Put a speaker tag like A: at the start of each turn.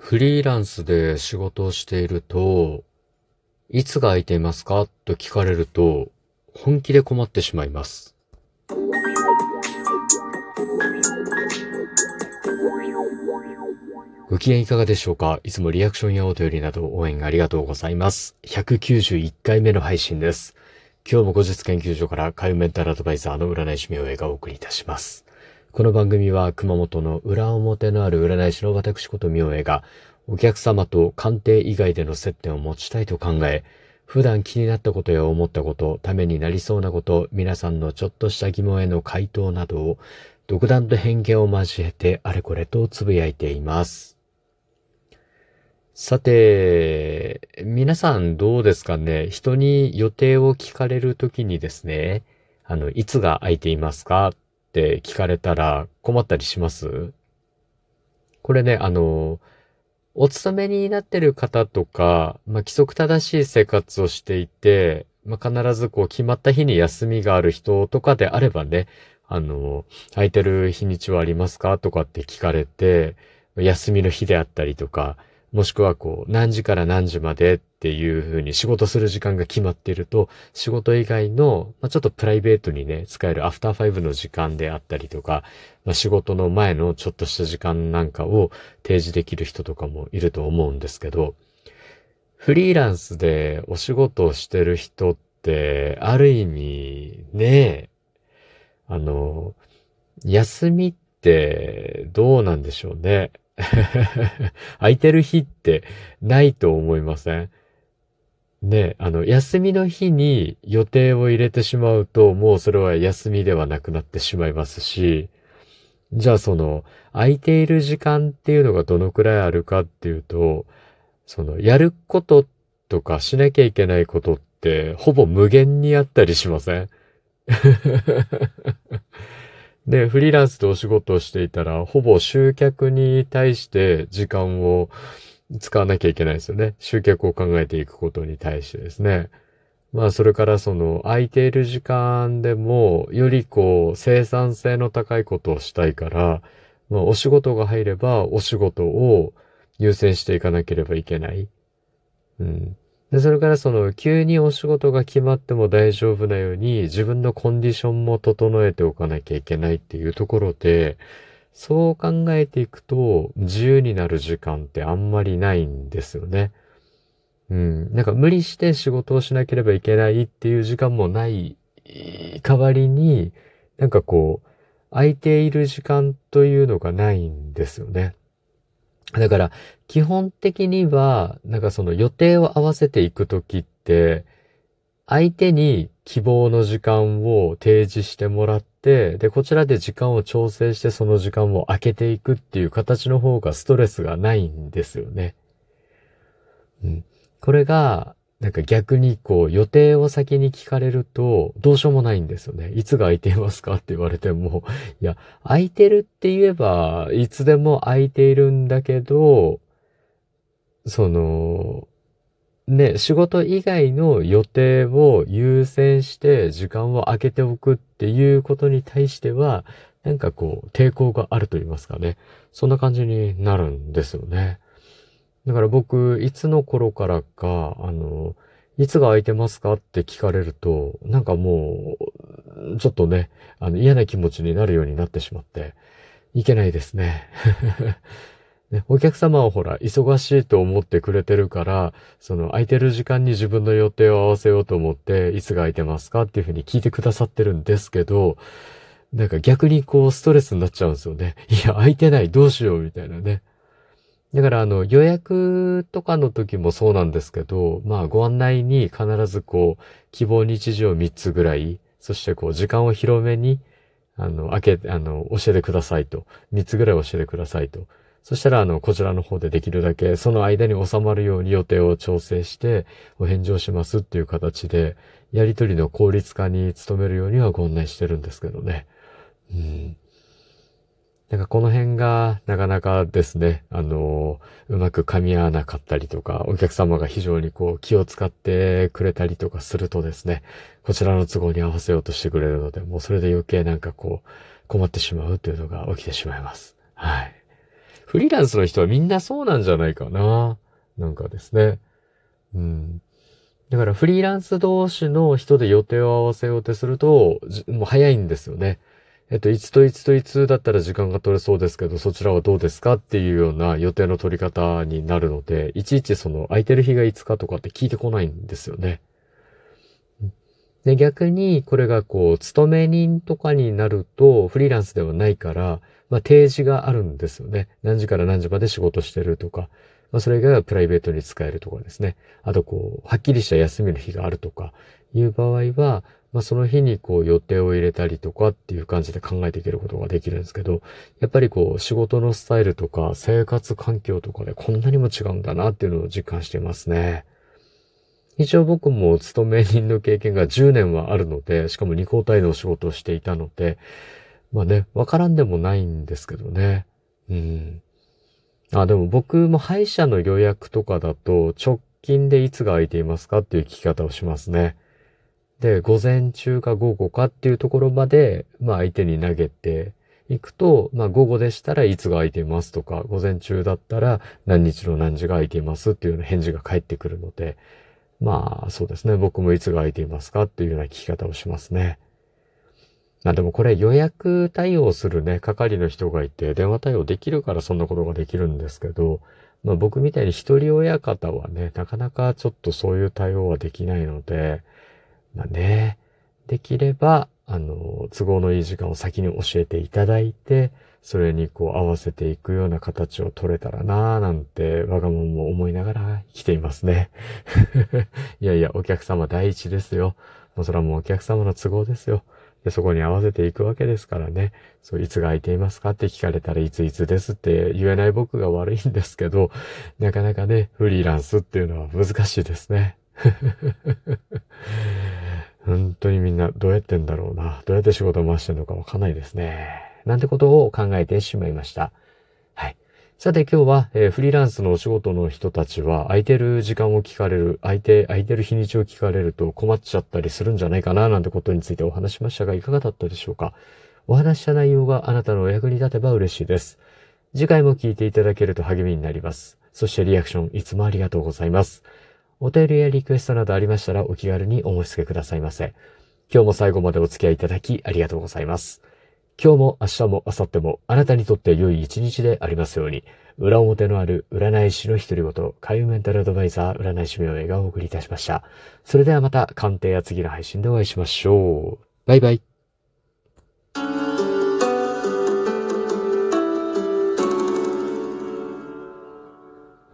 A: フリーランスで仕事をしていると、いつが空いていますかと聞かれると、本気で困ってしまいます。ご機嫌いかがでしょうか？いつもリアクションやお便りなど応援ありがとうございます。191回目の配信です。今日も後日研究所から海運メンタルアドバイザーの占い師明恵がお送りいたします。この番組は熊本の裏表のある占い師の私こと明恵がお客様と鑑定以外での接点を持ちたいと考え、普段気になったことや思ったこと、ためになりそうなこと、皆さんのちょっとした疑問への回答などを独断と偏見を交えてあれこれとつぶやいています。さて、皆さんどうですかね？人に予定を聞かれるときにですね、いつが空いていますかって聞かれたら困ったりします？これね、お勤めになってる方とか、規則正しい生活をしていて、必ず決まった日に休みがある人とかであればね、空いてる日にちはありますかとかって聞かれて、休みの日であったりとか、もしくは何時から何時までっていう風に仕事する時間が決まっていると、仕事以外の、ちょっとプライベートにね、使えるアフターファイブの時間であったりとか、仕事の前のちょっとした時間なんかを提示できる人とかもいると思うんですけど、フリーランスでお仕事をしてる人って、ある意味ね、あの、休みってどうなんでしょうね。空いてる日ってないと思いません？ね、休みの日に予定を入れてしまうと、もうそれは休みではなくなってしまいますし、じゃあ空いている時間っていうのがどのくらいあるかっていうと、やることとかしなきゃいけないことって、ほぼ無限にあったりしません？で、フリーランスでお仕事をしていたら、ほぼ集客に対して時間を使わなきゃいけないですよね。集客を考えていくことに対してですね。それから空いている時間でも、より生産性の高いことをしたいから、お仕事が入れば、お仕事を優先していかなければいけない。うん。で、それから急にお仕事が決まっても大丈夫なように、自分のコンディションも整えておかなきゃいけないっていうところで、そう考えていくと、自由になる時間ってあんまりないんですよね。うん。なんか無理して仕事をしなければいけないっていう時間もない代わりに、なんか空いている時間というのがないんですよね。だから、基本的には、なんか予定を合わせていくときって、相手に希望の時間を提示してもらって、で、こちらで時間を調整してその時間を空けていくっていう形の方がストレスがないんですよね。うん。これが、なんか逆に予定を先に聞かれると、どうしようもないんですよね。いつが空いていますかって言われても、いや、空いてるって言えば、いつでも空いているんだけど、その、ね、仕事以外の予定を優先して時間を空けておくっていうことに対しては、なんか抵抗があると言いますかね。そんな感じになるんですよね。だから僕、いつの頃からか、いつが空いてますかって聞かれると、なんかもう、ちょっとね、嫌な気持ちになるようになってしまって、いけないですね。ね、お客様はほら、忙しいと思ってくれてるから、空いてる時間に自分の予定を合わせようと思って、いつが空いてますかっていうふうに聞いてくださってるんですけど、なんか逆にストレスになっちゃうんですよね。いや、空いてない、どうしよう、みたいなね。だから予約とかの時もそうなんですけど、ご案内に必ず希望日時を3つぐらい、そして時間を広めに、教えてくださいと。3つぐらい教えてくださいと。そしたらこちらの方でできるだけその間に収まるように予定を調整してお返事をしますっていう形で、やり取りの効率化に努めるようにはご案内してるんですけどね。うん。なんかこの辺がなかなかですね、うまく噛み合わなかったりとか、お客様が非常に気を使ってくれたりとかするとですね、こちらの都合に合わせようとしてくれるので、もうそれで余計なんか困ってしまうというのが起きてしまいます。はい。 フリーランスの人はみんなそうなんじゃないかな。なんかですね。だからフリーランス同士の人で予定を合わせようとすると、もう早いんですよね。いつといつといつだったら時間が取れそうですけど、そちらはどうですかっていうような予定の取り方になるので、いちいちその空いてる日がいつかとかって聞いてこないんですよね。で、逆にこれが勤め人とかになると、フリーランスではないから、提示があるんですよね。何時から何時まで仕事してるとか、それがプライベートに使えるとかですね。あとはっきりした休みの日があるとかいう場合は、その日に予定を入れたりとかっていう感じで考えていけることができるんですけど、やっぱり仕事のスタイルとか生活環境とかでこんなにも違うんだなっていうのを実感していますね。一応僕も勤め人の経験が10年はあるので、しかも2交代のお仕事をしていたので、わからんでもないんですけどね。でも僕も歯医者の予約とかだと、直近でいつが空いていますかっていう聞き方をしますね。で、午前中か午後かっていうところまで、相手に投げていくと、午後でしたらいつが空いていますとか、午前中だったら何日の何時が空いていますっていうような返事が返ってくるので、そうですね。僕もいつが空いていますかっていうような聞き方をしますね。でもこれ予約対応するね、係の人がいて、電話対応できるからそんなことができるんですけど、僕みたいに一人親方はね、なかなかちょっとそういう対応はできないので、できれば、都合のいい時間を先に教えていただいて、それに合わせていくような形を取れたらなぁなんて我が物も思いながら生きていますね。いやいや、お客様第一ですよ。それはもうお客様の都合ですよ。で、そこに合わせていくわけですからね。いつが空いていますかって聞かれたらいついつですって言えない僕が悪いんですけど、なかなかね、フリーランスっていうのは難しいですね。本当にみんなどうやってんだろうな。どうやって仕事を回してるのかわかんないですね。なんてことを考えてしまいました。はい。さて今日は、フリーランスのお仕事の人たちは空いてる時間を聞かれる、空いてる日にちを聞かれると困っちゃったりするんじゃないかななんてことについてお話しましたがいかがだったでしょうか。お話した内容があなたのお役に立てば嬉しいです。次回も聞いていただけると励みになります。そしてリアクションいつもありがとうございます。お便りやリクエストなどありましたらお気軽にお申し付けくださいませ。今日も最後までお付き合いいただきありがとうございます。今日も明日も明後日もあなたにとって良い一日でありますように、裏表のある占い師の独り言、開運メンタルアドバイザー占い師名映画をお送りいたしました。それではまた鑑定や次の配信でお会いしましょう。バイバイ。